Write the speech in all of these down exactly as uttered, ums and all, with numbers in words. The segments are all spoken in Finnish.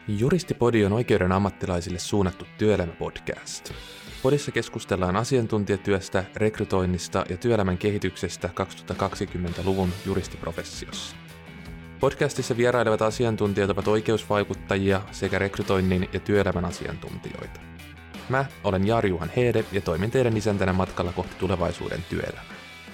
Juristipodi on oikeuden ammattilaisille suunnattu työelämäpodcast. Podissa keskustellaan asiantuntijatyöstä, rekrytoinnista ja työelämän kehityksestä kaksituhattakaksikymmentäluvun juristiprofessiossa. Podcastissa vierailevat asiantuntijat ovat oikeusvaikuttajia sekä rekrytoinnin ja työelämän asiantuntijoita. Mä olen Jari-Juhan Heede ja toimin teidän isäntänä matkalla kohti tulevaisuuden työelämää.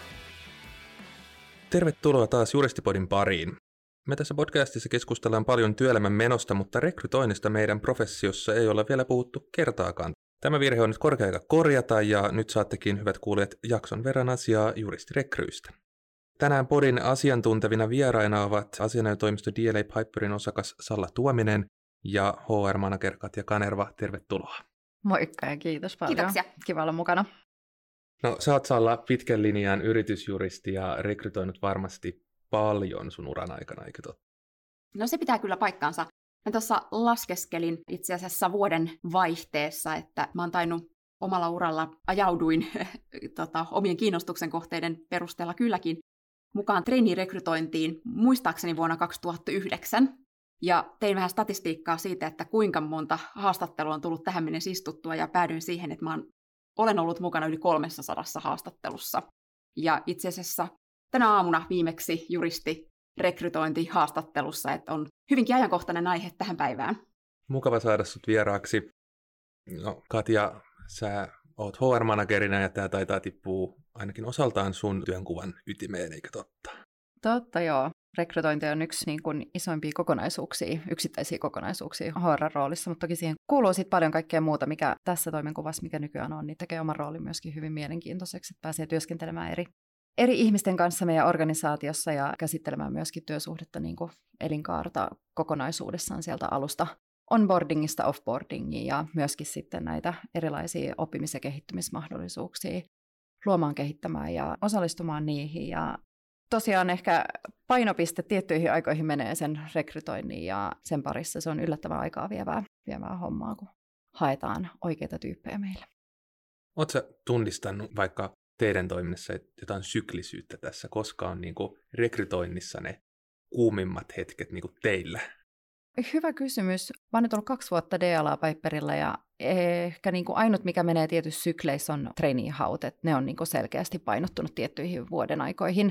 Tervetuloa taas Juristipodin pariin. Me tässä podcastissa keskustellaan paljon työelämän menosta, mutta rekrytoinnista meidän professiossa ei ole vielä puhuttu kertaakaan. Tämä virhe on nyt korkea aika korjata ja nyt saattekin, hyvät kuulijat, jakson verran asiaa juristirekryistä. Tänään podin asiantuntevina vieraina ovat asianajotoimisto D L A Piperin osakas Salla Tuominen ja H R-manager Katja Kanerva. Tervetuloa. Moikka ja kiitos paljon. Kiitoksia. Kiva olla mukana. No, sä oot Salla pitkän linjan yritysjuristi ja rekrytoinut varmasti paljon sun uran aikana, eikö totta? No se pitää kyllä paikkaansa. Mä tuossa laskeskelin itse asiassa vuoden vaihteessa, että mä oon tainnut omalla uralla ajauduin tota, omien kiinnostuksen kohteiden perusteella kylläkin mukaan trainee-rekrytointiin muistaakseni vuonna kaksituhattayhdeksän. Ja tein vähän statistiikkaa siitä, että kuinka monta haastattelua on tullut tähän mennessä istuttua ja päädyin siihen, että mä oon, olen ollut mukana yli kolmessasadassa haastattelussa. Ja itse asiassa tänä aamuna viimeksi juristi rekrytointihaastattelussa, että on hyvinkin ajankohtainen aihe tähän päivään. Mukava saada sut vieraaksi. No, Katja, sä oot H R-managerina ja tää taitaa tippua ainakin osaltaan sun työnkuvan ytimeen, eikö totta? Totta joo. Rekrytointi on yksi niin kuin isoimpia kokonaisuuksia, yksittäisiä kokonaisuuksia H R-roolissa, mutta toki siihen kuuluu sitten paljon kaikkea muuta, mikä tässä toimenkuvassa, mikä nykyään on, niin tekee oman roolin myöskin hyvin mielenkiintoiseksi, että pääsee työskentelemään eri eri ihmisten kanssa meidän organisaatiossa ja käsittelemään myöskin työsuhdetta niin kuin elinkaarta kokonaisuudessaan sieltä alusta onboardingista offboardingiin ja myöskin sitten näitä erilaisia oppimis- ja kehittymismahdollisuuksia luomaan, kehittämään ja osallistumaan niihin. Ja tosiaan ehkä painopiste tiettyihin aikoihin menee sen rekrytoinnin ja sen parissa se on yllättävän aikaa vievää, vievää hommaa, kun haetaan oikeita tyyppejä meille. Oletko sä tunnistanut vaikka teidän toiminnassa jotain syklisyyttä tässä, koska on niin kuin rekrytoinnissa ne kuumimmat hetket niin kuin teillä? Hyvä kysymys. Mä oon nyt ollut kaksi vuotta D L A Piperilla ja ehkä niin kuin ainut, mikä menee tietyissä sykleissä, on trainee-haut, että ne on niin kuin selkeästi painottunut tiettyihin vuoden aikoihin.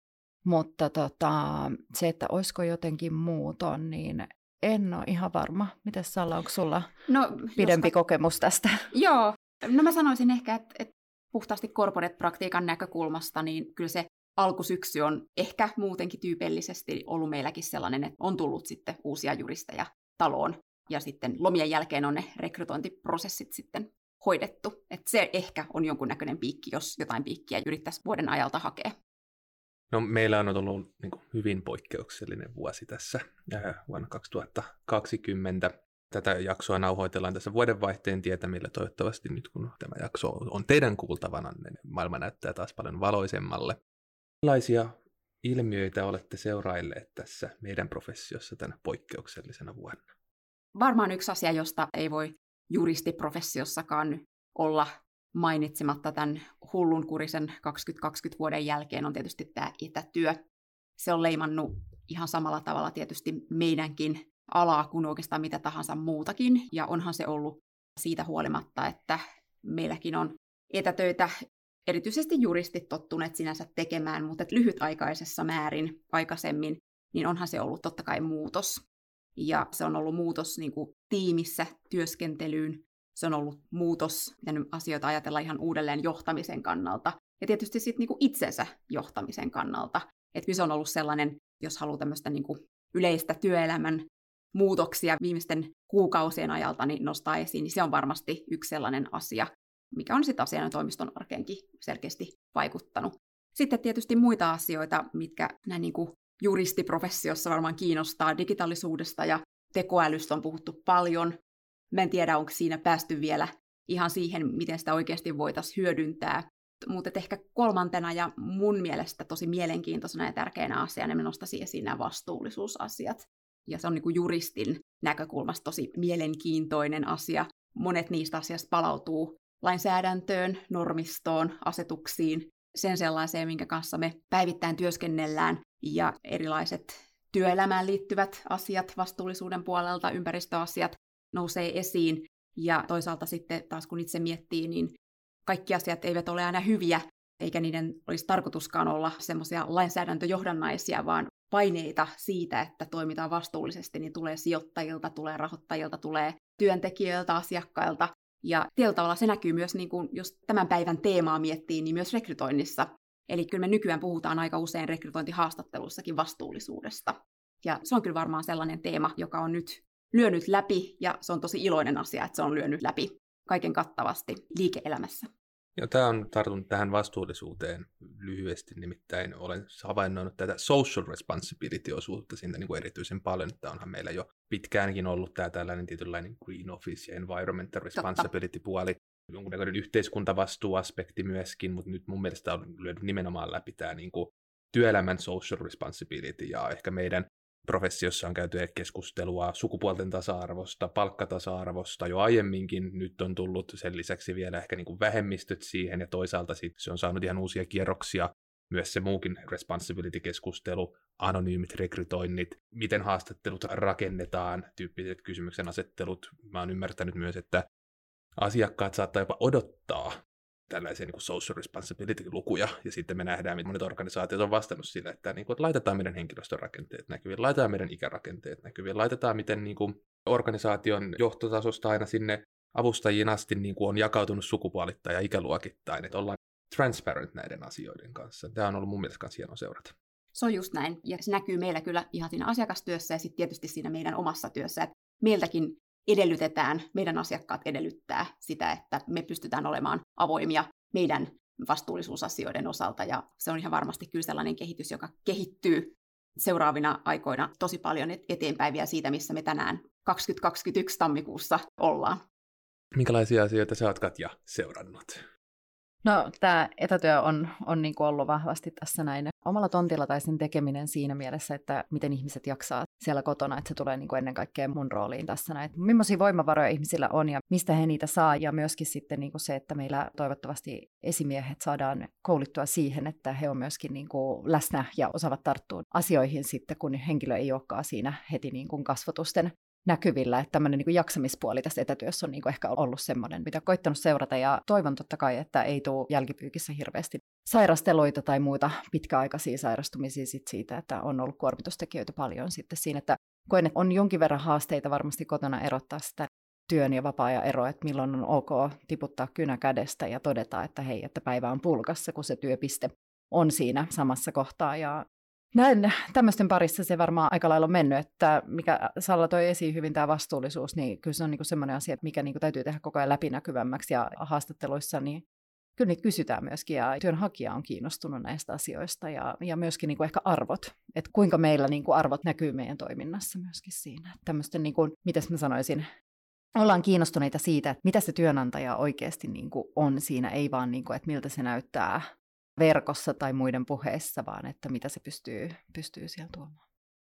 Mutta tota, se, että olisiko jotenkin muuton, niin en ole ihan varma. Mites Salla, onko sulla no, pidempi joska... kokemus tästä? Joo, no mä sanoisin ehkä, että, että puhtaasti corporate-praktiikan näkökulmasta, niin kyllä se alkusyksy on ehkä muutenkin tyypillisesti ollut meilläkin sellainen, että on tullut sitten uusia juristeja taloon, ja sitten lomien jälkeen on ne rekrytointiprosessit sitten hoidettu. Että se ehkä on jonkunnäköinen piikki, jos jotain piikkiä yrittäisi vuoden ajalta hakea. No, meillä on ollut niin kuin hyvin poikkeuksellinen vuosi tässä äh, vuonna kaksituhattakaksikymmentä. Tätä jaksoa nauhoitellaan tässä vuodenvaihteen tietämillä. Toivottavasti nyt, kun tämä jakso on teidän kuultavana, niin maailma näyttää taas paljon valoisemmalle. Millaisia ilmiöitä olette seurailleet tässä meidän professiossa tänä poikkeuksellisena vuonna? Varmaan yksi asia, josta ei voi juristiprofessiossakaan olla mainitsematta tämän hullunkurisen kaksituhattakaksikymmentä vuoden jälkeen, on tietysti tämä etätyö. Se on leimannut ihan samalla tavalla tietysti meidänkin alaa kuin oikeastaan mitä tahansa muutakin, ja onhan se ollut siitä huolimatta, että meilläkin on etätöitä, erityisesti juristit tottuneet sinänsä tekemään, mutta lyhytaikaisessa määrin aikaisemmin, niin onhan se ollut totta kai muutos. Ja se on ollut muutos niin kuin tiimissä työskentelyyn, se on ollut muutos, miten asioita ajatellaan ihan uudelleen johtamisen kannalta, ja tietysti sitten niin kuin itsensä johtamisen kannalta. Että se on ollut sellainen, jos haluaa tämmöistä niin kuin yleistä työelämän muutoksia viimeisten kuukausien ajalta niin nostaa esiin, niin se on varmasti yksi sellainen asia, mikä on sitten asianajotoimiston arkeenkin selkeästi vaikuttanut. Sitten tietysti muita asioita, mitkä näin niin kuin juristiprofessiossa varmaan kiinnostaa. Digitaalisuudesta ja tekoälystä on puhuttu paljon. Mä en tiedä, onko siinä päästy vielä ihan siihen, miten sitä oikeasti voitaisiin hyödyntää. Mutta ehkä kolmantena ja mun mielestä tosi mielenkiintoisena ja tärkeänä asiana me nostaisin esiin nämä vastuullisuusasiat. Ja se on niin kuin juristin näkökulmasta tosi mielenkiintoinen asia. Monet niistä asioista palautuu lainsäädäntöön, normistoon, asetuksiin, sen sellaiseen, minkä kanssa me päivittäin työskennellään. Ja erilaiset työelämään liittyvät asiat vastuullisuuden puolelta, ympäristöasiat nousee esiin. Ja toisaalta sitten taas kun itse miettii, niin kaikki asiat eivät ole aina hyviä, eikä niiden olisi tarkoituskaan olla semmoisia lainsäädäntöjohdannaisia, vaan paineita siitä, että toimitaan vastuullisesti, niin tulee sijoittajilta, tulee rahoittajilta, tulee työntekijöiltä, asiakkailta. Ja tietyllä tavalla se näkyy myös, niin kuin, jos tämän päivän teemaa miettii, niin myös rekrytoinnissa. Eli kyllä me nykyään puhutaan aika usein rekrytointihaastattelussakin vastuullisuudesta. Ja se on kyllä varmaan sellainen teema, joka on nyt lyönyt läpi, ja se on tosi iloinen asia, että se on lyönyt läpi kaiken kattavasti liike-elämässä. Ja tämä on tartunut tähän vastuullisuuteen lyhyesti, nimittäin olen havainnoinut tätä social responsibility-osuutta siitä niin kuin erityisen paljon, että onhan meillä jo pitkäänkin ollut tämä tällainen tietynlainen green office ja environmental responsibility-puoli, jonkunnäköinen yhteiskuntavastuuaspekti myöskin, mutta nyt mun mielestä on lyönyt nimenomaan läpi tämä niin kuin työelämän social responsibility, ja ehkä meidän professiossa on käyty keskustelua sukupuolten tasa-arvosta, palkkatasa-arvosta jo aiemminkin. Nyt on tullut sen lisäksi vielä ehkä niin kuin vähemmistöt siihen, ja toisaalta sit se on saanut ihan uusia kierroksia. Myös se muukin responsibility-keskustelu, anonyymit rekrytoinnit, miten haastattelut rakennetaan, tyyppiset kysymyksen asettelut. Mä oon ymmärtänyt myös, että asiakkaat saattaa jopa odottaa tällaisia niin kuin social responsibility-lukuja, ja sitten me nähdään, miten monet organisaatiot on vastannut sille, että, niin kuin, että laitetaan meidän henkilöstörakenteet näkyviin, laitetaan meidän ikärakenteet näkyviin, laitetaan miten niin kuin, organisaation johtotasosta aina sinne avustajiin asti niin kuin, on jakautunut sukupuolittain ja ikäluokittain, että ollaan transparent näiden asioiden kanssa. Tämä on ollut mun mielestä myös hienoa seurata. Se on just näin, ja se näkyy meillä kyllä ihan siinä asiakastyössä ja sitten tietysti siinä meidän omassa työssä, että meiltäkin edellytetään, meidän asiakkaat edellyttää sitä, että me pystytään olemaan avoimia meidän vastuullisuusasioiden osalta, ja se on ihan varmasti kyllä sellainen kehitys, joka kehittyy seuraavina aikoina tosi paljon eteenpäin vielä siitä, missä me tänään kaksituhattakaksikymmentäyksi tammikuussa ollaan. Minkälaisia asioita sä oot, Katja, seurannut? No, tämä etätyö on, on niin kuin ollut vahvasti tässä näin omalla tontilla, tai sen tekeminen siinä mielessä, että miten ihmiset jaksaa siellä kotona, että se tulee niin kuin ennen kaikkea mun rooliin tässä näin. Millaisia voimavaroja ihmisillä on ja mistä he niitä saa, ja myöskin sitten niin kuin se, että meillä toivottavasti esimiehet saadaan koulittua siihen, että he on myöskin niin kuin läsnä ja osaavat tarttua asioihin sitten, kun henkilö ei olekaan siinä heti niin kuin kasvotusten näkyvillä, että tämmöinen niin kuin jaksamispuoli tässä etätyössä on niin kuin ehkä ollut semmoinen, mitä olen koittanut seurata, ja toivon totta kai, että ei tule jälkipyykissä hirveästi sairasteluita tai muita pitkäaikaisia sairastumisia sit siitä, että on ollut kuormitustekijöitä paljon sitten siinä, että koen, että on jonkin verran haasteita varmasti kotona erottaa sitä työn ja vapaa-ajan eroa, että milloin on ok tiputtaa kynä kädestä ja todeta, että hei, että päivä on pulkassa, kun se työpiste on siinä samassa kohtaa, ja näin tämmöisten parissa se varmaan aika lailla on mennyt, että mikä Salla toi esiin hyvin tämä vastuullisuus, niin kyllä se on niinku semmoinen asia, mikä niinku täytyy tehdä koko ajan läpinäkyvämmäksi, ja haastatteluissa niin kyllä niitä kysytään myöskin, ja työnhakija on kiinnostunut näistä asioista, ja, ja myöskin niinku ehkä arvot, että kuinka meillä niinku arvot näkyy meidän toiminnassa myöskin siinä. Tämmöisten, niinku, mitäs mä sanoisin, ollaan kiinnostuneita siitä, että mitä se työnantaja oikeasti niinku on siinä, ei vaan, niinku, että miltä se näyttää verkossa tai muiden puheissa, vaan että mitä se pystyy, pystyy siellä tuomaan.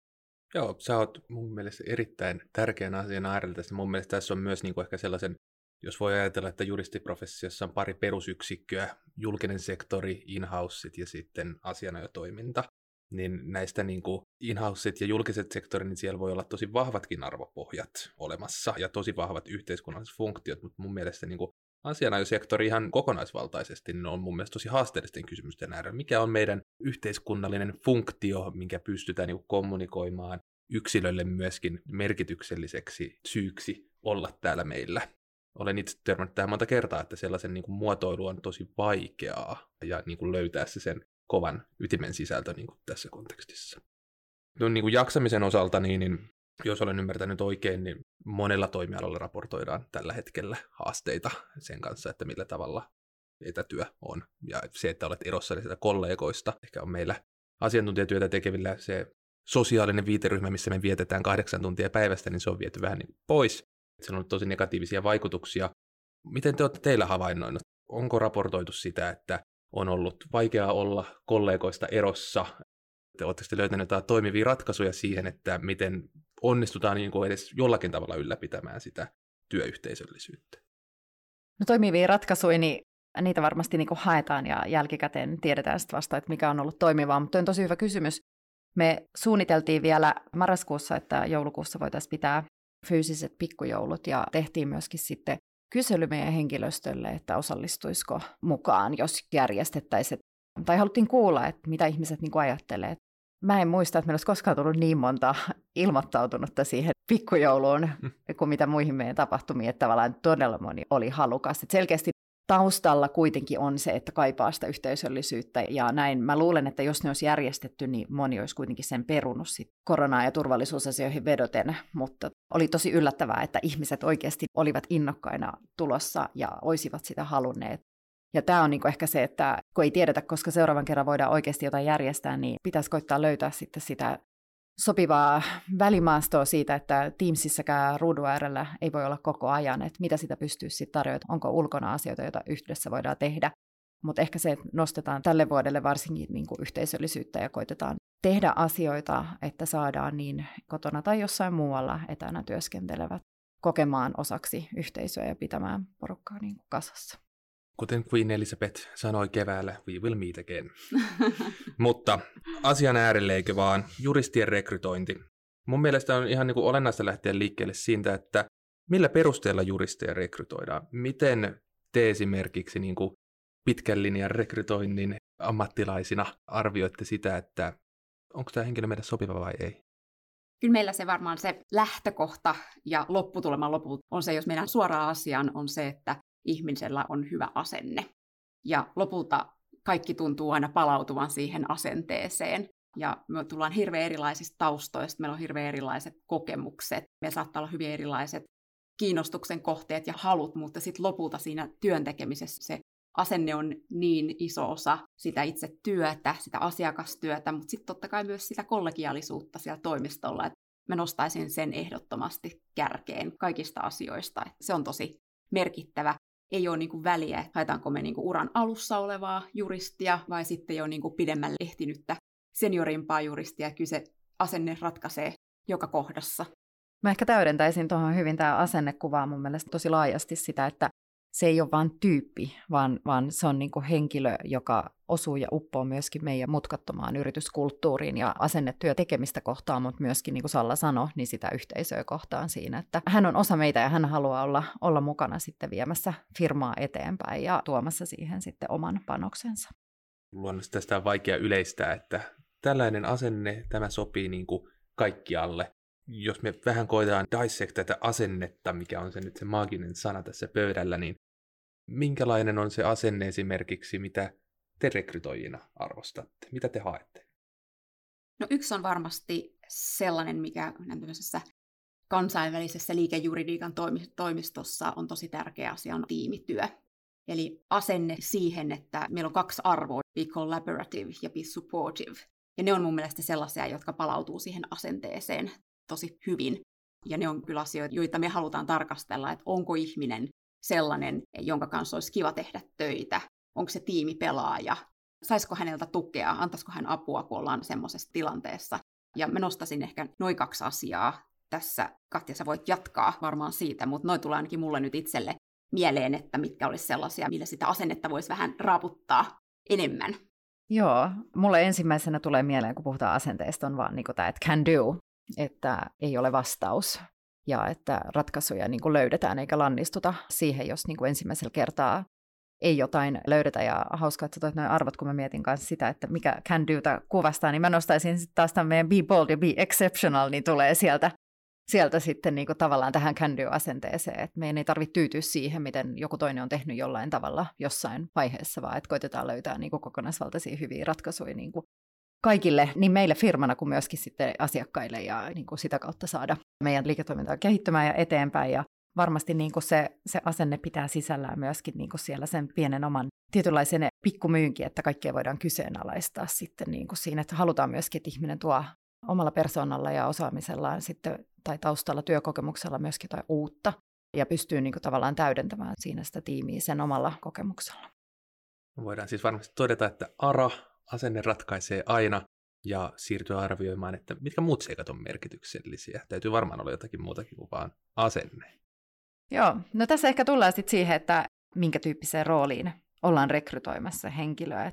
Joo, sä oot mun mielestä erittäin tärkeän asian äärellä tässä. Mun mielestä tässä on myös niin kuin ehkä sellaisen, jos voi ajatella, että juristiprofessiossa on pari perusyksikköä, julkinen sektori, in-houseit ja sitten asianajotoiminta, niin näistä niin kuin in-houseit ja julkiset sektorit, niin siellä voi olla tosi vahvatkin arvopohjat olemassa ja tosi vahvat yhteiskunnalliset funktiot, mutta mun mielestä niin kuin asianajosektori ihan kokonaisvaltaisesti niin on mun mielestä tosi haasteellisten kysymysten äärellä. Mikä on meidän yhteiskunnallinen funktio, minkä pystytään niin kommunikoimaan yksilölle myöskin merkitykselliseksi syyksi olla täällä meillä. Olen itse törmännyt tähän monta kertaa, että sellaisen niin kuin muotoilu on tosi vaikeaa ja niin kuin löytää se sen kovan ytimen sisältö niin kuin tässä kontekstissa. No, niin kuin jaksamisen osalta, niin, niin jos olen ymmärtänyt oikein, niin monella toimialalla raportoidaan tällä hetkellä haasteita sen kanssa, että millä tavalla etätyö on. Ja se, että olet erossa sieltä kollegoista, ehkä on meillä asiantuntijatyötä tekevillä se sosiaalinen viiteryhmä, missä me vietetään kahdeksan tuntia päivästä, niin se on viety vähän niin pois. Se on ollut tosi negatiivisia vaikutuksia. Miten te olette teillä havainnoinut? Onko raportoitu sitä, että on ollut vaikeaa olla kollegoista erossa? Te oletteko löytäneet jotain toimivia ratkaisuja siihen, että miten onnistutaan niin kuin edes jollakin tavalla ylläpitämään sitä työyhteisöllisyyttä? No, toimivia ratkaisuja, niin niitä varmasti niin kuin haetaan ja jälkikäteen tiedetään sitten vasta, että mikä on ollut toimivaa, mutta on tosi hyvä kysymys. Me suunniteltiin vielä marraskuussa, että joulukuussa voitaisiin pitää fyysiset pikkujoulut ja tehtiin myöskin sitten kysely meidän henkilöstölle, että osallistuisiko mukaan, jos järjestettäisiin. Tai haluttiin kuulla, että mitä ihmiset niin kuin ajattelee. Mä en muista, että meillä olisi koskaan tullut niin monta ilmoittautunutta siihen pikkujouluun kuin mitä muihin meidän tapahtumiin, että tavallaan todella moni oli halukas. Et selkeästi taustalla kuitenkin on se, että kaipaa sitä yhteisöllisyyttä ja näin. Mä luulen, että jos ne olisi järjestetty, niin moni olisi kuitenkin sen perunut sit koronaan ja turvallisuusasioihin vedoten, mutta oli tosi yllättävää, että ihmiset oikeasti olivat innokkaina tulossa ja olisivat sitä halunneet. Ja tämä on niinku ehkä se, että kun ei tiedetä, koska seuraavan kerran voidaan oikeasti jotain järjestää, niin pitäisi koittaa löytää sitten sitä sopivaa välimaastoa siitä, että Teamsissäkään ruudun äärellä ei voi olla koko ajan, että mitä sitä pystyy sitten tarjoamaan, onko ulkona asioita, joita yhdessä voidaan tehdä. Mutta ehkä se, että nostetaan tälle vuodelle varsinkin niinku yhteisöllisyyttä ja koitetaan tehdä asioita, että saadaan niin kotona tai jossain muualla etänä työskentelevät kokemaan osaksi yhteisöä ja pitämään porukkaa niinku kasassa. Kuten Queen Elizabeth sanoi keväällä, we will meet again. Mutta asian äärelle eikö vaan juristien rekrytointi. Mun mielestä on ihan niin kuin olennaista lähteä liikkeelle siitä, että millä perusteella juristeja rekrytoidaan. Miten te esimerkiksi niin kuin pitkän linjan rekrytoinnin ammattilaisina arvioitte sitä, että onko tämä henkilö meidän sopiva vai ei? Kyllä meillä se varmaan se lähtökohta ja lopputulema lopulta on se, jos mennään suoraan asiaan, on se, että ihmisellä on hyvä asenne. Ja lopulta kaikki tuntuu aina palautuvan siihen asenteeseen. Ja me tullaan hirveän erilaisista taustoista, meillä on hirveän erilaiset kokemukset. Meillä saattaa olla hyvin erilaiset kiinnostuksen kohteet ja halut, mutta sitten lopulta siinä työntekemisessä se asenne on niin iso osa sitä itse työtä, sitä asiakastyötä, mutta sitten totta kai myös sitä kollegiaalisuutta siellä toimistolla. Et mä nostaisin sen ehdottomasti kärkeen kaikista asioista. Et se on tosi merkittävä. Ei ole niinku väliä, haetaanko me niinku uran alussa olevaa juristia vai sitten jo niinku pidemmälle ehtinyttä seniorimpaa juristia. Kyllä se asenne ratkaisee joka kohdassa. Mä ehkä täydentäisin tuohon hyvin tämä asennekuvaa mun mielestä tosi laajasti sitä, että se ei ole vain tyyppi, vaan, vaan se on niinku henkilö, joka osuu ja uppoo myöskin meidän mutkattomaan yrityskulttuuriin ja asennetyö tekemistä kohtaan, mutta myöskin, niin kuin Salla sanoi, niin sitä yhteisöä kohtaan siinä, että hän on osa meitä ja hän haluaa olla, olla mukana sitten viemässä firmaa eteenpäin ja tuomassa siihen sitten oman panoksensa. Luonnollisesti tästä on vaikea yleistää, että tällainen asenne, tämä sopii niin kuin kaikkialle. Jos me vähän koetaan dissect tätä asennetta, mikä on se nyt se maaginen sana tässä pöydällä, niin minkälainen on se asenne esimerkiksi, mitä te rekrytoijina arvostatte? Mitä te haette? No yksi on varmasti sellainen, mikä tämmöisessä kansainvälisessä liikejuridiikan toimistossa on tosi tärkeä asia, on tiimityö. Eli asenne siihen, että meillä on kaksi arvoa, be collaborative ja be supportive. Ja ne on mun mielestä sellaisia, jotka palautuu siihen asenteeseen tosi hyvin. Ja ne on kyllä asioita, joita me halutaan tarkastella, että onko ihminen sellainen, jonka kanssa olisi kiva tehdä töitä. Onko se tiimipelaaja? Saisiko häneltä tukea? Antaisiko hän apua, kun ollaan semmoisessa tilanteessa? Ja mä nostasin ehkä noin kaksi asiaa tässä. Katja, sä voit jatkaa varmaan siitä, mutta noi tulee ainakin mulle nyt itselle mieleen, että mitkä olisi sellaisia, millä sitä asennetta voisi vähän raaputtaa enemmän. Joo, mulle ensimmäisenä tulee mieleen, kun puhutaan asenteesta, on vaan niin tämä, että can do, että ei ole vastaus. Ja että ratkaisuja niin kuin löydetään eikä lannistuta siihen, jos niin kuin ensimmäisellä kertaa ei jotain löydetä. Ja hauskaa, että toit noin arvot, kun mä mietin kanssa sitä, että mikä can do'ta kuvastaa, niin mä nostaisin sitten taas tämän meidän be bold ja be exceptional, niin tulee sieltä, sieltä sitten niin kuin tavallaan tähän can do-asenteeseen. Että meidän ei tarvitse tyytyä siihen, miten joku toinen on tehnyt jollain tavalla jossain vaiheessa, vaan että koitetaan löytää niin kuin kokonaisvaltaisia hyviä ratkaisuja niin kuin kaikille, niin meille firmana kuin myöskin sitten asiakkaille ja niin kuin sitä kautta saada meidän liiketoimintaa kehittymään ja eteenpäin. Ja varmasti niin kuin se, se asenne pitää sisällään myöskin niin kuin siellä sen pienen oman tietynlaisen pikkumyynkin, että kaikkea voidaan kyseenalaistaa sitten niin kuin siinä, että halutaan myöskin, että ihminen tuo omalla persoonalla ja osaamisellaan sitten, tai taustalla työkokemuksella myöskin jotain uutta ja pystyy niin kuin tavallaan täydentämään siinä sitä tiimiä sen omalla kokemuksella. Voidaan siis varmasti todeta, että A R A, asenne ratkaisee aina, ja siirtyä arvioimaan, että mitkä muut seikat on merkityksellisiä. Täytyy varmaan olla jotakin muutakin kuin vaan asenne. Joo, no tässä ehkä tullaan sitten siihen, että minkä tyyppiseen rooliin ollaan rekrytoimassa henkilöä.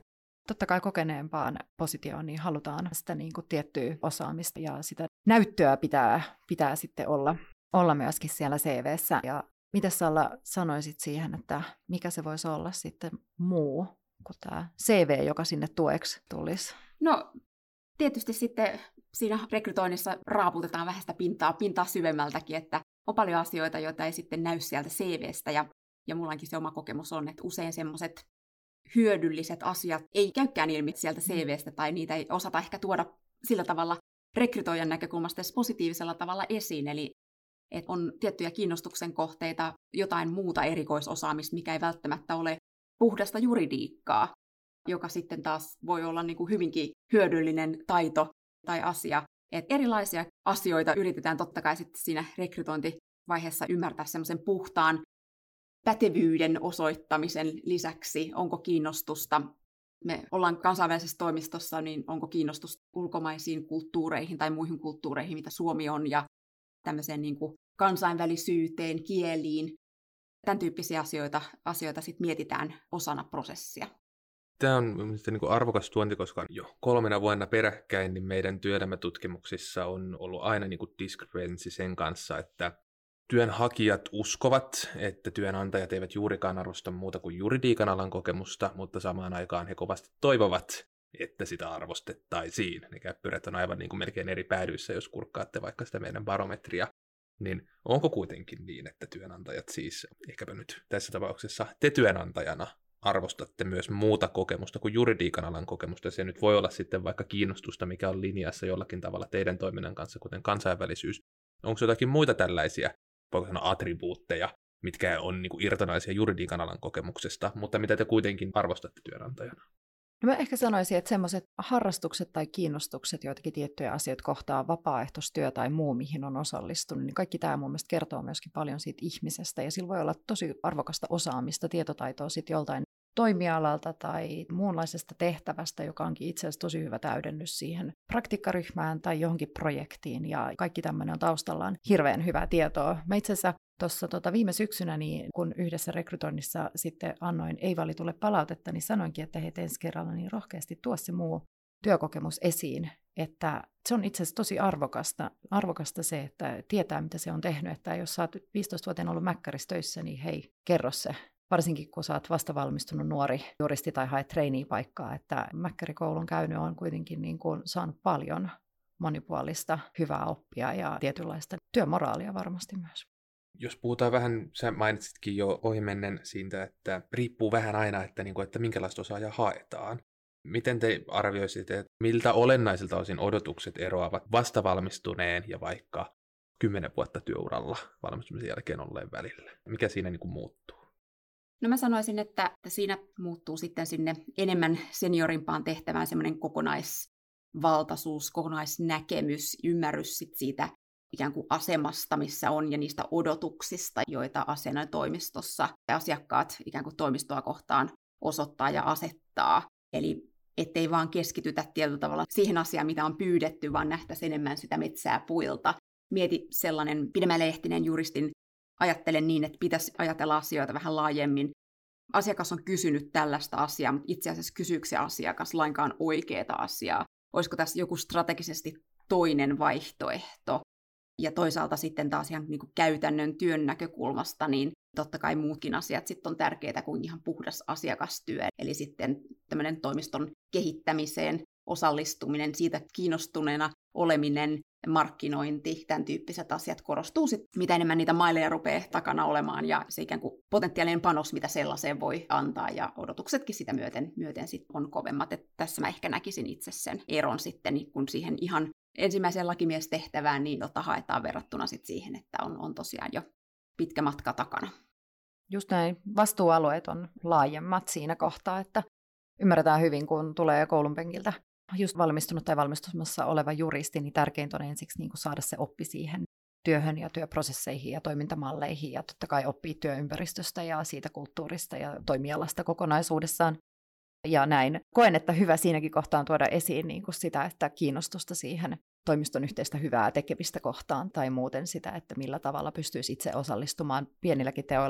totta kai kokeneempaan positioon, niin halutaan sitä niin kuin tiettyä osaamista ja sitä näyttöä pitää, pitää sitten olla, olla myöskin siellä C V:ssä. Ja mitä Salla sanoisit siihen, että mikä se voisi olla sitten muu kuin tämä C V, joka sinne tueksi tulisi? No tietysti sitten siinä rekrytoinnissa raaputetaan vähän sitä pintaa, pintaa syvemmältäkin, että on paljon asioita, joita ei sitten näy sieltä C V:stä ja, ja mullakin se oma kokemus on, että usein semmoiset hyödylliset asiat ei käykään ilmi sieltä C V:stä tai niitä ei osata ehkä tuoda sillä tavalla rekrytoijan näkökulmasta positiivisella tavalla esiin, eli että on tiettyjä kiinnostuksen kohteita, jotain muuta erikoisosaamista, mikä ei välttämättä ole puhdasta juridiikkaa, joka sitten taas voi olla niin kuin hyvinkin hyödyllinen taito tai asia. Et erilaisia asioita yritetään totta kai sitten siinä rekrytointivaiheessa ymmärtää semmoisen puhtaan pätevyyden osoittamisen lisäksi, onko kiinnostusta. Me ollaan kansainvälisessä toimistossa, niin onko kiinnostusta ulkomaisiin kulttuureihin tai muihin kulttuureihin, mitä Suomi on, ja tämmöiseen niin kuin kansainvälisyyteen, kieliin. Tämän tyyppisiä asioita, asioita sitten mietitään osana prosessia. Tämä on niin kuin arvokas tuonti, koska jo kolmena vuonna peräkkäin niin meidän työelämätutkimuksissa on ollut aina niin kuin discrepancy sen kanssa, että työnhakijat uskovat, että työnantajat eivät juurikaan arvosta muuta kuin juridiikan alan kokemusta, mutta samaan aikaan he kovasti toivovat, että sitä arvostettaisiin. Ne käppyrät on aivan niin kuin melkein eri päädyissä, jos kurkkaatte vaikka sitä meidän barometria. Niin onko kuitenkin niin, että työnantajat siis, ehkäpä nyt tässä tapauksessa te työnantajana, arvostatte myös muuta kokemusta kuin juridiikan alan kokemusta, ja se nyt voi olla sitten vaikka kiinnostusta, mikä on linjassa jollakin tavalla teidän toiminnan kanssa, kuten kansainvälisyys. Onko jotakin muita tällaisia, voiko sanoa attribuutteja, mitkä on niin kuin irtonaisia juridiikan alan kokemuksesta, mutta mitä te kuitenkin arvostatte työnantajana? No mä ehkä sanoisin, että semmoiset harrastukset tai kiinnostukset, joitakin tiettyjä asioita kohtaa, vapaaehtoistyö tai muu, mihin on osallistunut, niin kaikki tämä mun mielestä kertoo myöskin paljon siitä ihmisestä, ja sillä voi olla tosi arvokasta osaamista, tietotaitoa sitten joltain toimialalta tai muunlaisesta tehtävästä, joka onkin itse asiassa tosi hyvä täydennys siihen praktikkaryhmään tai johonkin projektiin, ja kaikki tämmöinen on taustallaan hirveän hyvää tietoa. Mä itse asiassa tuossa tota viime syksynä, niin kun yhdessä rekrytoinnissa sitten annoin ei-valitulle palautetta, niin sanoinkin, että hei, ensi kerralla niin rohkeasti tuo se muu työkokemus esiin, että se on itse asiassa tosi arvokasta, arvokasta se, että tietää, mitä se on tehnyt, että jos sä oot viisitoista-vuotiaana ollut mäkkärissä töissä, niin hei, kerro se. Varsinkin kun sä oot vastavalmistunut nuori juristi tai haet trainee-paikkaa, että mäkkärikoulun käynyt on kuitenkin niin kuin saanut paljon monipuolista hyvää oppia ja tietynlaista työmoraalia varmasti myös. Jos puhutaan vähän, sä mainitsitkin jo ohimennen siitä, että riippuu vähän aina, että, niin kuin, että minkälaista osaajaa haetaan. Miten te arvioisitte, että miltä olennaisilta osin odotukset eroavat vastavalmistuneen ja vaikka kymmenen vuotta työuralla valmistumisen jälkeen olleen välillä? Mikä siinä niin kuin muuttuu? No mä sanoisin, että siinä muuttuu sitten sinne enemmän seniorimpaan tehtävään semmoinen kokonaisvaltaisuus, kokonaisnäkemys, ymmärrys sit siitä ikään kuin asemasta, missä on, ja niistä odotuksista, joita asianajotoimistossa asiakkaat ikään kuin toimistoa kohtaan osoittaa ja asettaa. Eli ettei vaan keskitytä tietyllä tavalla siihen asiaan, mitä on pyydetty, vaan nähtäisi enemmän sitä metsää puilta. Mieti sellainen pidemmälehtinen juristin ajattele niin, että pitäisi ajatella asioita vähän laajemmin. Asiakas on kysynyt tällaista asiaa, mutta itse asiassa kysyykö se asiakas lainkaan oikeaa asiaa? Olisiko tässä joku strategisesti toinen vaihtoehto? Ja toisaalta sitten taas ihan niin kuin käytännön työn näkökulmasta, niin totta kai muutkin asiat sitten on tärkeitä kuin ihan puhdas asiakastyö. Eli sitten tämmöinen toimiston kehittämiseen osallistuminen, siitä kiinnostuneena oleminen, markkinointi, tämän tyyppiset asiat korostuu sitten, mitä enemmän niitä maileja rupeaa takana olemaan, ja se ikään kuin potentiaalinen panos, mitä sellaiseen voi antaa, ja odotuksetkin sitä myöten, myöten sitten on kovemmat. Et tässä mä ehkä näkisin itse sen eron sitten, kun siihen ihan ensimmäiseen lakimiestehtävään niin tota haetaan verrattuna sitten siihen, että on, on tosiaan jo pitkä matka takana. Just näin, vastuualueet on laajemmat siinä kohtaa, että ymmärretään hyvin, kun tulee koulun penkiltä just valmistunut tai valmistumassa oleva juristi, niin tärkeintä on ensiksi niin kuin saada se oppi siihen työhön ja työprosesseihin ja toimintamalleihin, ja totta kai oppii työympäristöstä ja siitä kulttuurista ja toimialasta kokonaisuudessaan. Ja näin. Koen, että hyvä siinäkin kohtaan tuoda esiin niin kuin sitä, että kiinnostusta siihen toimiston yhteistä hyvää tekemistä kohtaan tai muuten sitä, että millä tavalla pystyisi itse osallistumaan pienilläkin teoilla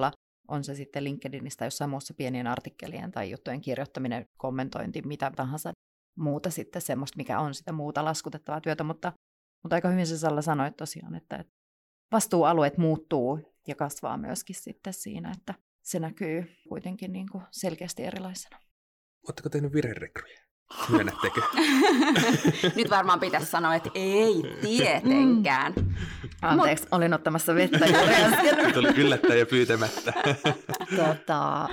On se sitten LinkedInistä tai jossain muussa pienien artikkelien tai juttujen kirjoittaminen, kommentointi, mitä tahansa muuta sitten semmoista, mikä on sitä muuta laskutettavaa työtä, mutta, mutta aika hyvin se Salla sanoi tosiaan, että vastuualueet muuttuu ja kasvaa myöskin sitten siinä, että se näkyy kuitenkin niin kuin selkeästi erilaisena. Oletteko tehnyt virherekryjä? Myönnättekö? Nyt varmaan pitäisi sanoa, että ei tietenkään. Anteeksi, Mut... olin ottamassa vettä juuri äsken. Tuli yllättäen ja pyytämättä. tota,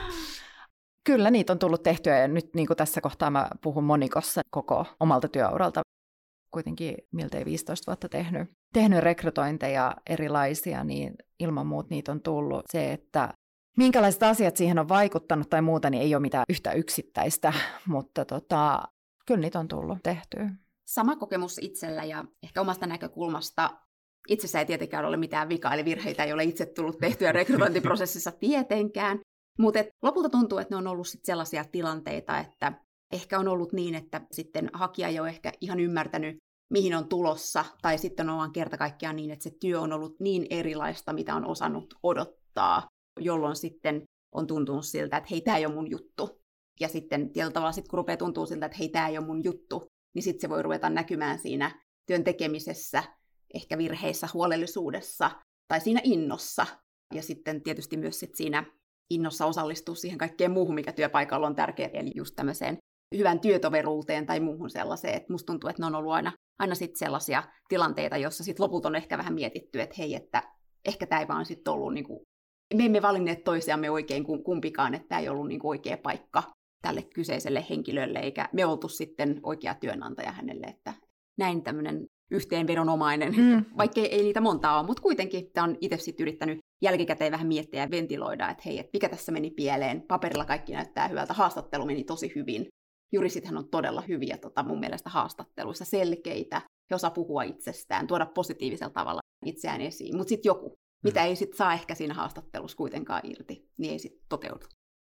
kyllä niitä on tullut tehtyä ja nyt niin kuin tässä kohtaa mä puhun monikossa koko omalta työuralta. Kuitenkin miltei viisitoista vuotta tehnyt, tehnyt rekrytointeja erilaisia, niin ilman muuta niitä on tullut. Se, että minkälaiset asiat siihen on vaikuttanut tai muuta, niin ei ole mitään yhtä yksittäistä, mutta tota, kyllä niitä on tullut tehtyä. Sama kokemus itsellä ja ehkä omasta näkökulmasta. Itsessä ei tietenkään ole mitään vikaa, eli virheitä ei ole itse tullut tehtyä rekrytointiprosessissa tietenkään. Mutta lopulta tuntuu, että ne on ollut sit sellaisia tilanteita, että ehkä on ollut niin, että sitten hakija ei ole ehkä ihan ymmärtänyt, mihin on tulossa, tai sitten on vaan kerta kaikkiaan niin, että se työ on ollut niin erilaista, mitä on osannut odottaa, jolloin sitten on tuntunut siltä, että hei, tämä ei ole mun juttu. Ja sitten tietyllä tavalla, sit, kun rupeaa tuntua siltä, että hei, tämä ei ole mun juttu, niin sitten se voi ruveta näkymään siinä työn tekemisessä, ehkä virheissä, huolellisuudessa tai siinä innossa. Ja sitten tietysti myös sit siinä innossa osallistua siihen kaikkeen muuhun, mikä työpaikalla on tärkeää, eli just tämmöiseen hyvän työtoveruuteen tai muuhun sellaiseen. Et musta tuntuu, että ne on ollut aina, aina sit sellaisia tilanteita, joissa sit lopulta on ehkä vähän mietitty, että hei, että ehkä tämä ei vaan sitten ollut, niinku, me emme valinneet toisiamme oikein kumpikaan, että tämä ei ollut niinku oikea paikka tälle kyseiselle henkilölle, eikä me oltu sitten oikea työnantaja hänelle, että näin tämmöinen yhteenvedonomainen, mm. vaikka ei niitä montaa ole, mutta kuitenkin tämä on itse sitten yrittänyt jälkikäteen vähän miettiä ja ventiloida, että hei, että mikä tässä meni pieleen, paperilla kaikki näyttää hyvältä, haastattelu meni tosi hyvin. Jurisithan on todella hyviä tota, mun mielestä haastatteluissa, selkeitä, he osaa puhua itsestään, tuoda positiivisella tavalla itseään esiin, mutta sitten joku, mm. mitä ei sitten saa ehkä siinä haastattelussa kuitenkaan irti, niin ei sitten toteudu.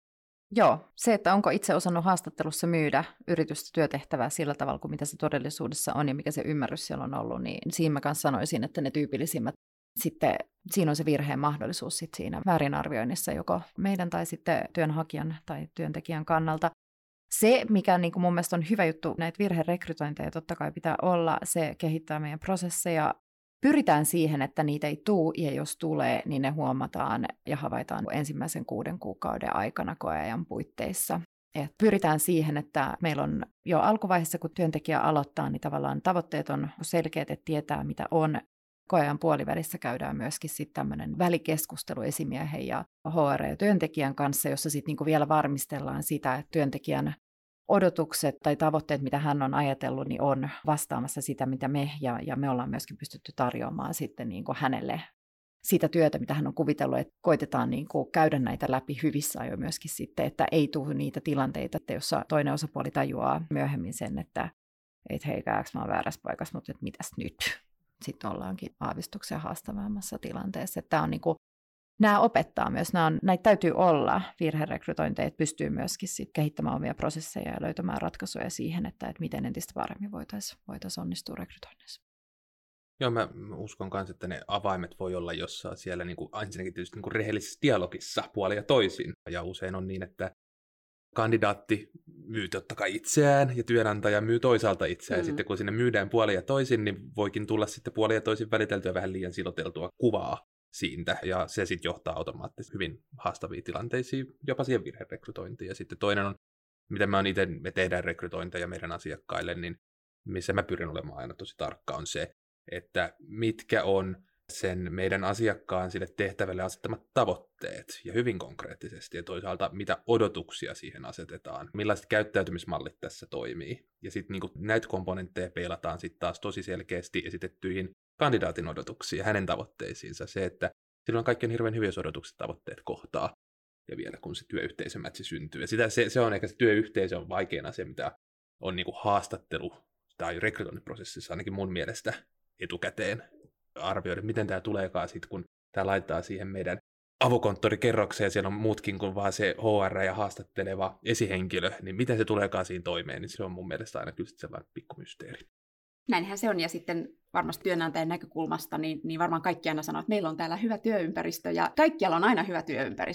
Joo, se, että onko itse osannut haastattelussa myydä yritystä työtehtävää sillä tavalla kuin mitä se todellisuudessa on ja mikä se ymmärrys siellä on ollut, niin siinä mä kanssa sanoisin, että ne tyypillisimmät, sitten siinä on se virheen mahdollisuus sit siinä väärinarvioinnissa joko meidän tai sitten työnhakijan tai työntekijän kannalta. Se, mikä niin kuin mun mielestä on hyvä juttu, näitä virherekrytointeja totta kai pitää olla, se kehittää meidän prosesseja. Pyritään siihen, että niitä ei tule, ja jos tulee, niin ne huomataan ja havaitaan ensimmäisen kuuden kuukauden aikana koeajan puitteissa. Et pyritään siihen, että meillä on jo alkuvaiheessa, kun työntekijä aloittaa, niin tavallaan tavoitteet on selkeät, että tietää mitä on. Koeajan puolivälissä käydään myöskin sitten tämmöinen välikeskustelu esimiehen ja H R ja työntekijän kanssa, jossa sitten niinku vielä varmistellaan sitä, että työntekijän odotukset tai tavoitteet, mitä hän on ajatellut, niin on vastaamassa sitä, mitä me, ja, ja me ollaan myöskin pystytty tarjoamaan sitten niin kuin hänelle sitä työtä, mitä hän on kuvitellut, että koitetaan niin kuin käydä näitä läpi hyvissä ajoin myöskin sitten, että ei tule niitä tilanteita, että jossa toinen osapuoli tajuaa myöhemmin sen, että et hei, käykö mä oon väärässä paikassa, mutta että mitäs nyt? Sitten ollaankin aavistuksen haastavammassa tilanteessa. Että tämä on niin kuin Nämä opettaa myös, nämä on, näitä täytyy olla virherekrytointeja, että pystyy myöskin sit kehittämään omia prosesseja ja löytämään ratkaisuja siihen, että, että miten entistä paremmin voitaisiin voitais onnistua rekrytoinnissa. Joo, mä uskon myös, että ne avaimet voi olla jossain siellä niin kuin, ensinnäkin tietysti niin kuin rehellisessä dialogissa puolin ja toisin. Ja usein on niin, että kandidaatti myy totta kai itseään ja työnantaja myy toisaalta itseään. Mm. Ja sitten kun sinne myydään puolin ja toisin, niin voikin tulla sitten puolin ja toisin väliteltyä vähän liian siloteltua kuvaa siitä, ja se sitten johtaa automaattisesti hyvin haastaviin tilanteisiin, jopa siihen virherekrytointiin. Ja sitten toinen on, mitä me, on ite, me tehdään rekrytointeja meidän asiakkaille, niin missä mä pyrin olemaan aina tosi tarkka on se, että mitkä on sen meidän asiakkaan sille tehtävälle asettamat tavoitteet, ja hyvin konkreettisesti, ja toisaalta mitä odotuksia siihen asetetaan, millaiset käyttäytymismallit tässä toimii. Ja sitten niinku näitä komponentteja peilataan sitten taas tosi selkeästi esitettyihin kandidaatin odotuksiin ja hänen tavoitteisiinsa. Se, että silloin kaikki on hirveän hyviä, jos odotukset tavoitteet kohtaa, ja vielä kun se työyhteisömätsi syntyy. Ja sitä, se, se on ehkä se työyhteisö on vaikein asia, mitä on niinku haastattelu tai rekrytointiprosessissa ainakin mun mielestä etukäteen arvioida, miten tämä tuleekaan sitten, kun tämä laittaa siihen meidän avokonttorikerrokseen, siellä on muutkin kuin vaan se H R ja haastatteleva esihenkilö, niin miten se tuleekaan siinä toimeen, niin se on mun mielestä aina kyllä sellainen pikkumysteeri. Näinhän se on, ja sitten varmasti työnantajan näkökulmasta, niin, niin varmaan kaikki aina sanoo, että meillä on täällä hyvä työympäristö, ja kaikkialla on aina hyvä työympäristö.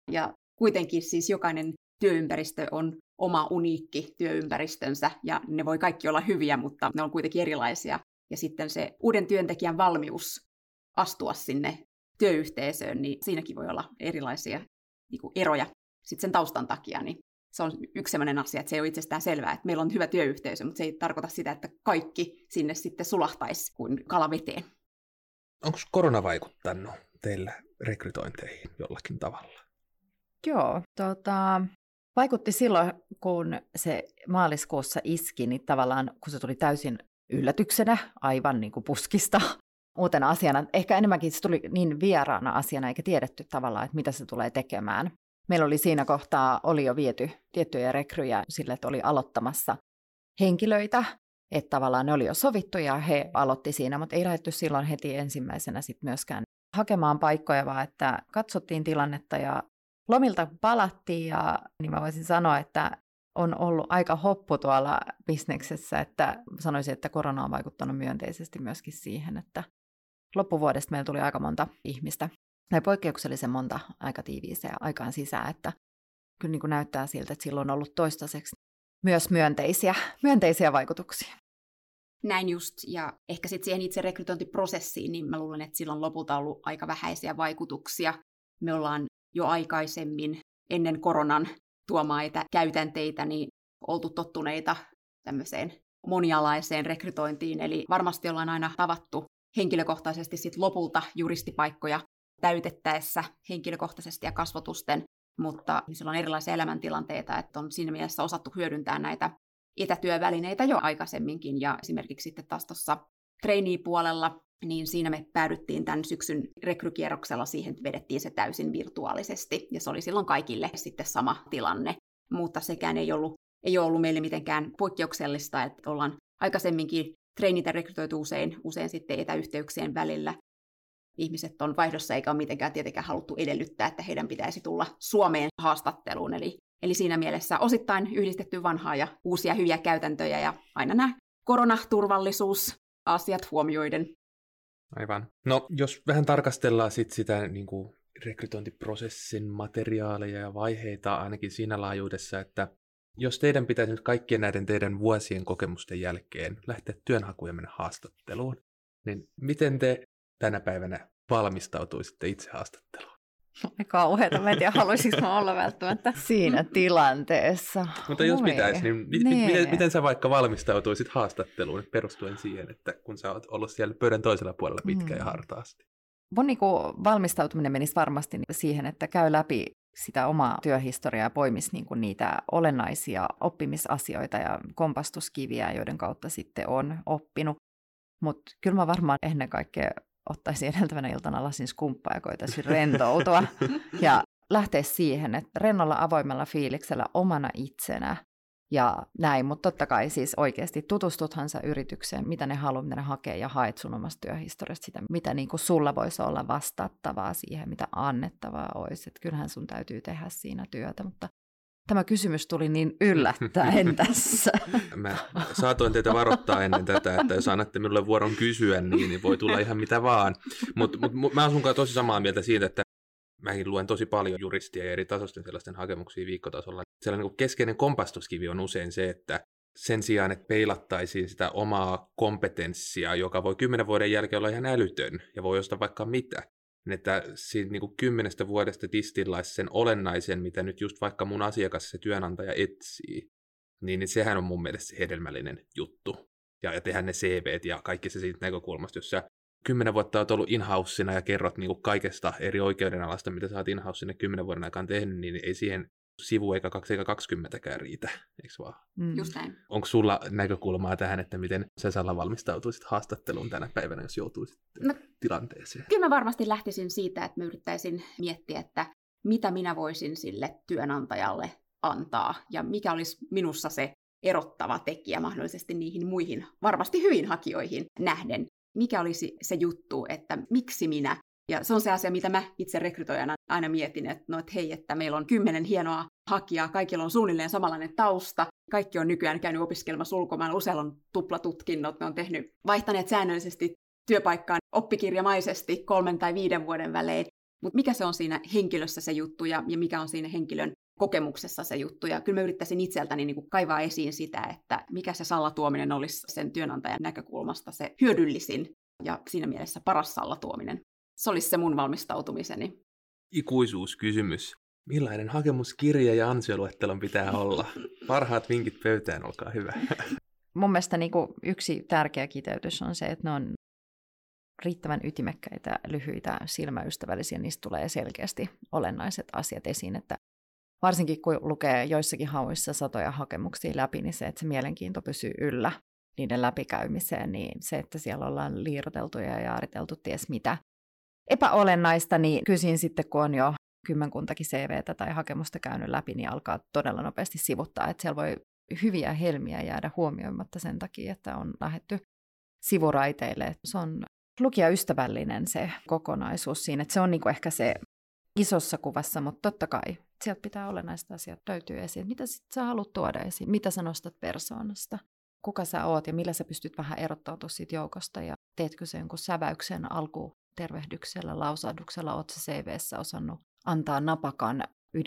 Ja kuitenkin siis jokainen työympäristö on oma uniikki työympäristönsä, ja ne voi kaikki olla hyviä, mutta ne on kuitenkin erilaisia. Ja sitten se uuden työntekijän valmius astua sinne työyhteisöön, niin siinäkin voi olla erilaisia niin kuin eroja sitten sen taustan takia. Niin se on yksi sellainen asia, että se ei ole itsestään selvää, että meillä on hyvä työyhteisö, mutta se ei tarkoita sitä, että kaikki sinne sitten sulahtaisi kuin kala veteen. Onko korona vaikuttanut teillä rekrytointeihin jollakin tavalla? Joo, tota, vaikutti silloin, kun se maaliskuussa iski, niin tavallaan kun se tuli täysin yllätyksenä, aivan niin kuin puskista uutena asiana. Ehkä enemmänkin se tuli niin vieraana asiana, eikä tiedetty tavallaan, että mitä se tulee tekemään. Meillä oli siinä kohtaa, oli jo viety tiettyjä rekryjä sille, että oli aloittamassa henkilöitä, että tavallaan ne oli jo sovittu ja he aloitti siinä, mutta ei lähdetty silloin heti ensimmäisenä sit myöskään hakemaan paikkoja, vaan että katsottiin tilannetta ja lomilta palattiin ja niin mä voisin sanoa, että on ollut aika hoppu tuolla bisneksessä, että sanoisin, että korona on vaikuttanut myönteisesti myöskin siihen, että loppuvuodesta meillä tuli aika monta ihmistä, tai poikkeuksellisen monta aika tiiviiseen aikaan sisään, että kyllä niin kuin näyttää siltä, että sillä on ollut toistaiseksi myös myönteisiä, myönteisiä vaikutuksia. Näin just, ja ehkä sitten siihen itse rekrytointiprosessiin, niin mä luulen, että sillä on lopulta ollut aika vähäisiä vaikutuksia. Me ollaan jo aikaisemmin ennen koronan tuomaan etäkäytänteitä, niin oltu tottuneita tämmöiseen monialaiseen rekrytointiin, eli varmasti ollaan aina tavattu henkilökohtaisesti sit lopulta juristipaikkoja täytettäessä henkilökohtaisesti ja kasvotusten, mutta sillä on erilaisia elämäntilanteita, että on siinä mielessä osattu hyödyntää näitä etätyövälineitä jo aikaisemminkin, ja esimerkiksi sitten taas tuossa trainee-puolella, niin siinä me päädyttiin tämän syksyn rekrykierroksella siihen, että vedettiin se täysin virtuaalisesti, ja se oli silloin kaikille sitten sama tilanne, mutta sekään ei ollut, ei ole ollut meille mitenkään poikkeuksellista, että ollaan aikaisemminkin trainita rekrytoitu usein, usein sitten etäyhteyksien välillä. Ihmiset on vaihdossa, eikä ole mitenkään tietenkään haluttu edellyttää, että heidän pitäisi tulla Suomeen haastatteluun, eli Eli siinä mielessä osittain yhdistetty vanhaa ja uusia hyviä käytäntöjä ja aina nämä koronaturvallisuusasiat huomioiden. Aivan. No, jos vähän tarkastellaan sit sitä niin kuin rekrytointiprosessin materiaaleja ja vaiheita ainakin siinä laajuudessa, että jos teidän pitäisi nyt kaikkien näiden teidän vuosien kokemusten jälkeen lähteä työnhakuun ja mennä haastatteluun, niin miten te tänä päivänä valmistautuisitte itse haastatteluun? Ei kauheeta, mä en tiedä, haluaisinko mä olla välttämättä siinä tilanteessa. Mutta jos pitäisi, niin, niin. Miten, miten sä vaikka valmistautuisit haastatteluun perustuen siihen, että kun sä oot ollut siellä pöydän toisella puolella pitkään mm. ja hartaasti? Mun niin kuin valmistautuminen menisi varmasti siihen, että käy läpi sitä omaa työhistoriaa ja poimisi niin kuin niitä olennaisia oppimisasioita ja kompastuskiviä, joiden kautta sitten on oppinut. Mutta kyllä mä varmaan ennen kaikkea ottaisin edeltävänä iltana lasin skumppaa ja koitaisin rentoutua ja lähteä siihen, että rennolla avoimella fiiliksellä omana itsenä ja näin, mutta totta kai siis oikeasti tutustuthan sä yritykseen, mitä ne haluaa, mitä ne hakee ja haet sun omasta työhistoriasta sitä, mitä niin kuin sulla voisi olla vastattavaa siihen, mitä annettavaa olisi, että kyllähän sun täytyy tehdä siinä työtä, mutta tämä kysymys tuli niin yllättäen tässä. Mä saatoin teitä varoittaa ennen tätä, että jos annatte minulle vuoron kysyä, niin, niin voi tulla ihan mitä vaan. Mutta mut, mä oon sunkaan tosi samaa mieltä siitä, että mäkin luen tosi paljon juristia ja eri tasoisten sellaisten hakemuksia viikkotasolla. Sellainen niin keskeinen kompastuskivi on usein se, että sen sijaan, että peilattaisiin sitä omaa kompetenssia, joka voi kymmenen vuoden jälkeen olla ihan älytön ja voi ostaa vaikka mitä, että siitä niin kuin kymmenestä vuodesta distillaisi sen olennaisen, mitä nyt just vaikka mun asiakas se työnantaja etsii, niin, niin sehän on mun mielestä se hedelmällinen juttu. Ja, ja tehdään ne C V:t ja kaikki se siitä näkökulmasta, jos sä kymmenen vuotta oot ollut in-housena ja kerrot niin kuin kaikesta eri oikeudenalasta, mitä sä oot in-housena kymmenen vuoden aikaan tehnyt, niin ei siihen sivu eikä kaksi eikä kaksikymmentäkään riitä, eikö vaan? Mm. Just näin. Onko sulla näkökulmaa tähän, että miten sä Salla valmistautuisit haastatteluun tänä päivänä, jos joutuisit no, tilanteeseen? Kyllä mä varmasti lähtisin siitä, että mä yrittäisin miettiä, että mitä minä voisin sille työnantajalle antaa ja mikä olisi minussa se erottava tekijä mahdollisesti niihin muihin, varmasti hyvin hakijoihin nähden. Mikä olisi se juttu, että miksi minä? Ja se on se asia, mitä mä itse rekrytoijana aina mietin, että no, et hei, että meillä on kymmenen hienoa hakijaa, kaikilla on suunnilleen samanlainen tausta, kaikki on nykyään käynyt opiskelemassa ulkomailla, useilla on tuplatutkinnot, ne on tehnyt, vaihtaneet säännöllisesti työpaikkaan oppikirjamaisesti kolmen tai viiden vuoden välein. mutta mikä se on siinä henkilössä se juttu ja, ja mikä on siinä henkilön kokemuksessa se juttu. Ja kyllä mä yrittäisin itseltäni niin kuin kaivaa esiin sitä, että mikä se sallatuominen olisi sen työnantajan näkökulmasta se hyödyllisin ja siinä mielessä paras sallatuominen. Se olisi se mun valmistautumiseni. Ikuisuuskysymys. Millainen hakemuskirja ja ansioluettelon pitää olla? Parhaat vinkit pöytään, olkaa hyvä. Mun mielestä niin kuin yksi tärkeä kiteytys on se, että ne on riittävän ytimekkäitä, lyhyitä, silmäystävällisiä. Niistä tulee selkeästi olennaiset asiat esiin. Että varsinkin kun lukee joissakin hauissa satoja hakemuksia läpi, niin se, että se mielenkiinto pysyy yllä niiden läpikäymiseen, niin se, että siellä ollaan liiroteltu ja jaariteltu ties mitä epäolennaista, niin kysin sitten, kun on jo kymmenkuntakin C V:tä tai hakemusta käynyt läpi, niin alkaa todella nopeasti sivuttaa, että siellä voi hyviä helmiä jäädä huomioimatta sen takia, että on lähdetty sivuraiteille. Se on lukijaystävällinen se kokonaisuus siinä, että se on niinku ehkä se isossa kuvassa, mutta totta kai sieltä pitää olennaiset asiat löytyy esiin. Mitä sit sä haluat tuoda esiin? Mitä sä nostat persoonasta? Kuka sä oot ja millä sä pystyt vähän erottautumaan siitä joukosta ja teetkö sen jonkun säväyksen alkutervehdyksellä, lausahduksella, oot sä C V:ssä osannut antaa napakan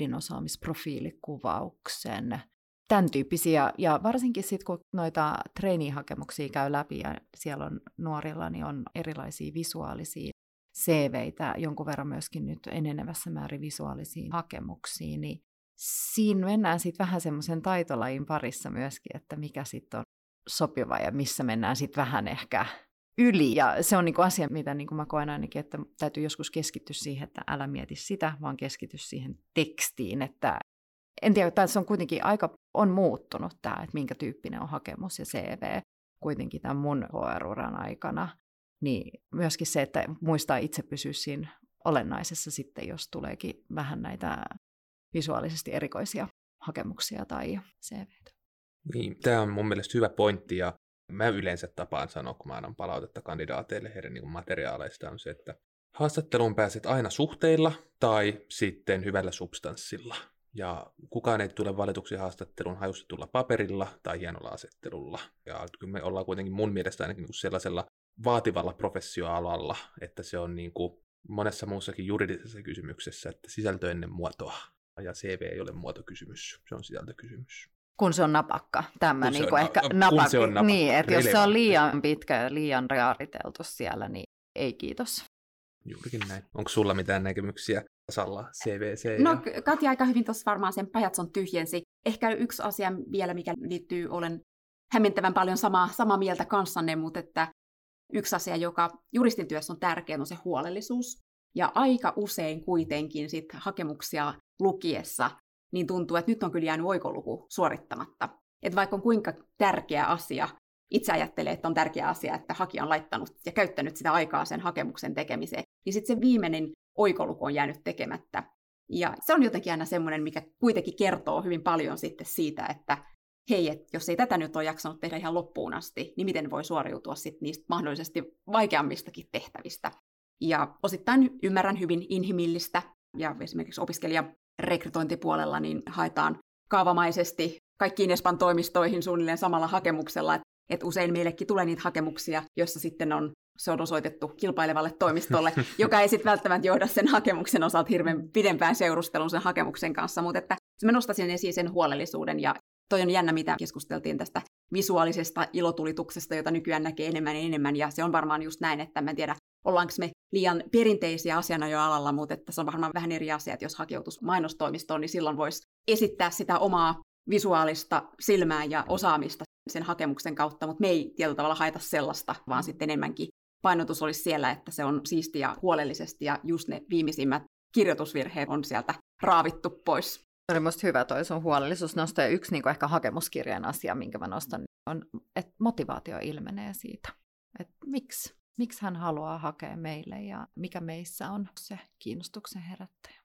ydinosaamisprofiilikuvauksen, tämän tyyppisiä. Ja varsinkin sitten, kun noita trainee-hakemuksia käy läpi ja siellä on nuorilla, niin on erilaisia visuaalisia C V:itä, jonkun verran myöskin nyt enenevässä määrin visuaalisiin hakemuksiin, niin siinä mennään sitten vähän semmoisen taitolajin parissa myöskin, että mikä sitten on sopiva ja missä mennään sitten vähän ehkä yli. Ja se on niinku asia, mitä niinku mä koen ainakin, että täytyy joskus keskittyä siihen, että älä mieti sitä, vaan keskity siihen tekstiin. Että en tiedä, tässä on kuitenkin aika on muuttunut tämä, että minkä tyyppinen on hakemus ja C V kuitenkin tämän mun H R-uran aikana. Niin myöskin se, että muistaa itse pysyä siinä olennaisessa sitten, jos tuleekin vähän näitä visuaalisesti erikoisia hakemuksia tai C V:tä. Niin, tämä on mun mielestä hyvä pointti ja mä yleensä tapaan sanoa, kun mä annan palautetta kandidaateille heidän niin kuin materiaaleista, on se, että haastatteluun pääset aina suhteilla tai sitten hyvällä substanssilla. Ja kukaan ei tule valituksi haastattelun hajustetulla paperilla tai hienolla asettelulla. Ja kyllä me ollaan kuitenkin mun mielestä ainakin niin kuin sellaisella vaativalla professioalalla, että se on niin kuin monessa muussakin juridisessa kysymyksessä, että sisältö ennen muotoa. Ja C V ei ole muotokysymys, se on sisältökysymys. Kun se on napakka, tämä niin kuin on, ehkä kun napakka. se on napakka, niin, että jos se on relevantti. liian pitkä ja liian raariteltu siellä, niin ei kiitos. Juurikin näin. Onko sulla mitään näkemyksiä, Salla, C V C? No Katja aika hyvin tuossa varmaan sen pajatson tyhjensi. Ehkä yksi asia vielä, mikä liittyy, olen hämmentävän paljon samaa, samaa mieltä kanssanne, mutta että yksi asia, joka juristin työssä on tärkeä, on se huolellisuus. Ja aika usein kuitenkin sit hakemuksia lukiessa niin tuntuu, että nyt on kyllä jäänyt oikoluku suorittamatta. Että vaikka on kuinka tärkeä asia, itse ajattelee, että on tärkeä asia, että hakija on laittanut ja käyttänyt sitä aikaa sen hakemuksen tekemiseen, niin sitten se viimeinen oikoluku on jäänyt tekemättä. Ja se on jotenkin aina semmoinen, mikä kuitenkin kertoo hyvin paljon sitten siitä, että hei, et jos ei tätä nyt ole jaksanut tehdä ihan loppuun asti, niin miten voi suoriutua sitten niistä mahdollisesti vaikeammistakin tehtävistä. Ja osittain ymmärrän hyvin inhimillistä, ja esimerkiksi opiskelijarekrytointipuolella niin haetaan kaavamaisesti kaikkiin Espan toimistoihin suunnilleen samalla hakemuksella, että et usein meillekin tulee niitä hakemuksia, joissa sitten on, se on osoitettu kilpailevalle toimistolle, joka ei sitten välttämättä johda sen hakemuksen osalta hirveän pidempään seurustelun sen hakemuksen kanssa, mutta että mä nostaisin esiin sen huolellisuuden, ja toi on jännä, mitä keskusteltiin tästä visuaalisesta ilotulituksesta, jota nykyään näkee enemmän ja enemmän, ja se on varmaan just näin, että mä en tiedä, ollaanko me liian perinteisiä asiana jo alalla, mutta että se on varmaan vähän eri asia, että jos hakeutuisi mainostoimistoon, niin silloin voisi esittää sitä omaa visuaalista silmää ja osaamista sen hakemuksen kautta, mutta me ei tietyllä tavalla haeta sellaista, vaan sitten enemmänkin painotus olisi siellä, että se on siistiä huolellisesti ja just ne viimeisimmät kirjoitusvirheet on sieltä raavittu pois. Se oli musta hyvä toi sun huolellisuusnosto ja yksi niin kuin ehkä hakemuskirjan asia, minkä mä nostan, on, että motivaatio ilmenee siitä, että miksi, miksi hän haluaa hakea meille ja mikä meissä on se kiinnostuksen herättäjä.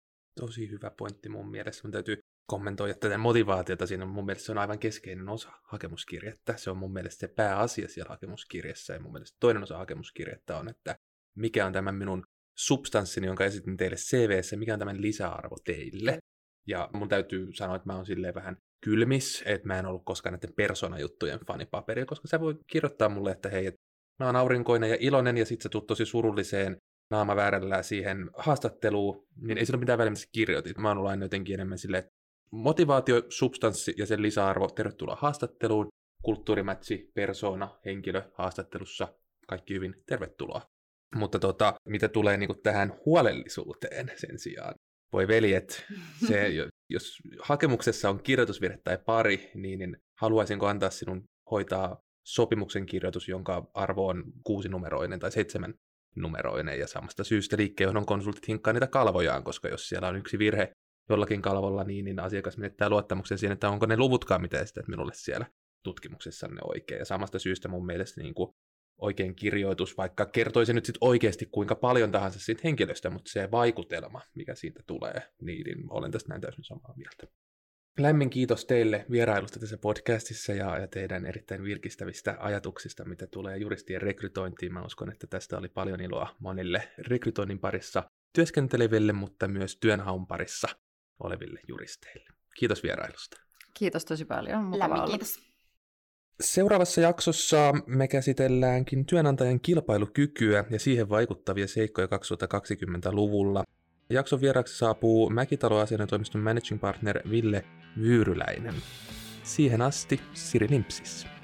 Tosi hyvä pointti mun mielestä. Mun täytyy kommentoida tätä motivaatiota. Siinä mun mielestä se on aivan keskeinen osa hakemuskirjettä. Se on mun mielestä se pääasia siellä hakemuskirjassa. Ja mun mielestä toinen osa hakemuskirjettä on, että mikä on tämän minun substanssini, jonka esitin teille C V:ssä, mikä on tämän lisäarvo teille. Ja mun täytyy sanoa, että mä oon silleen vähän kylmis, että mä en ollut koskaan näiden persoonajuttujen fanipaperia, koska sä voit kirjoittaa mulle, että hei, että mä oon aurinkoinen ja iloinen, ja sit sä tuut tosi surulliseen naama väärällään siihen haastatteluun, niin ei sillä ole mitään väliä, missä kirjoitit. Mä oon ollut aina jotenkin enemmän silleen, että motivaatio, substanssi ja sen lisäarvo, tervetuloa haastatteluun, kulttuurimätsi, persoona, henkilö haastattelussa, kaikki hyvin, tervetuloa. Mutta tota, mitä tulee niinku tähän huolellisuuteen sen sijaan, voi veljet, se, jos hakemuksessa on kirjoitusvirhe tai pari, niin, niin haluaisinko antaa sinun hoitaa sopimuksen kirjoitus, jonka arvo on kuusinumeroinen tai seitsemännumeroinen, ja samasta syystä liikkeenjohdon konsultit hinkkaa niitä kalvojaan, koska jos siellä on yksi virhe jollakin kalvolla, niin, niin asiakas menettää luottamuksen siihen, että onko ne luvutkaan mitä esität minulle siellä tutkimuksessanne oikein. Ja samasta syystä mun mielestä niin kuin oikein kirjoitus, vaikka kertoisi nyt sitten oikeasti kuinka paljon tahansa siitä henkilöstä, mutta se vaikutelma, mikä siitä tulee, niin, niin olen tästä näin täysin samaa mieltä. Lämmin kiitos teille vierailusta tässä podcastissa ja, ja teidän erittäin virkistävistä ajatuksista, mitä tulee juristien rekrytointiin. Mä uskon, että tästä oli paljon iloa monille rekrytoinnin parissa työskenteleville, mutta myös työnhaun parissa oleville juristeille. Kiitos vierailusta. Kiitos tosi paljon. Lämmin kiitos. Seuraavassa jaksossa me käsitelläänkin työnantajan kilpailukykyä ja siihen vaikuttavia seikkoja kaksituhattakaksikymmentäluvulla. Jakson vieraaksi saapuu Mäkitalo-asianajotoimiston managing partner Ville Vyyryläinen. Siihen asti Siri Limpsis.